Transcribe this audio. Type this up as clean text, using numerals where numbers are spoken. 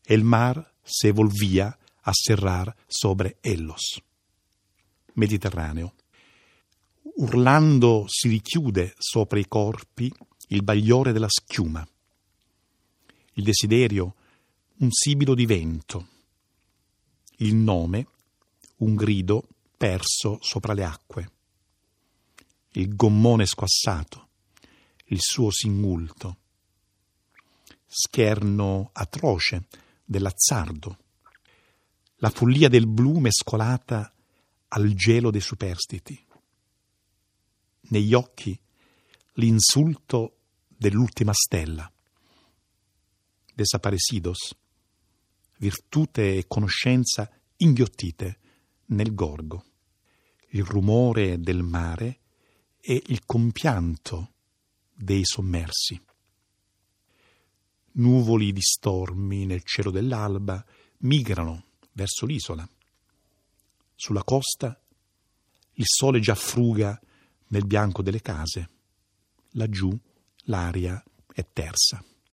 el mar se volvía a cerrar sobre ellos. Mediterraneo. Urlando si richiude sopra i corpi il bagliore della schiuma. Il desiderio, un sibilo di vento. Il nome, un grido perso sopra le acque. Il gommone squassato, il suo singulto. Scherno atroce dell'azzardo. La follia del blu mescolata al gelo dei superstiti. Negli occhi l'insulto dell'ultima stella. Desaparecidos, virtute e conoscenza inghiottite nel gorgo. Il rumore del mare e il compianto dei sommersi. Nuvoli di stormi nel cielo dell'alba migrano verso l'isola. Sulla costa il sole già fruga nel bianco delle case. Laggiù l'aria è tersa.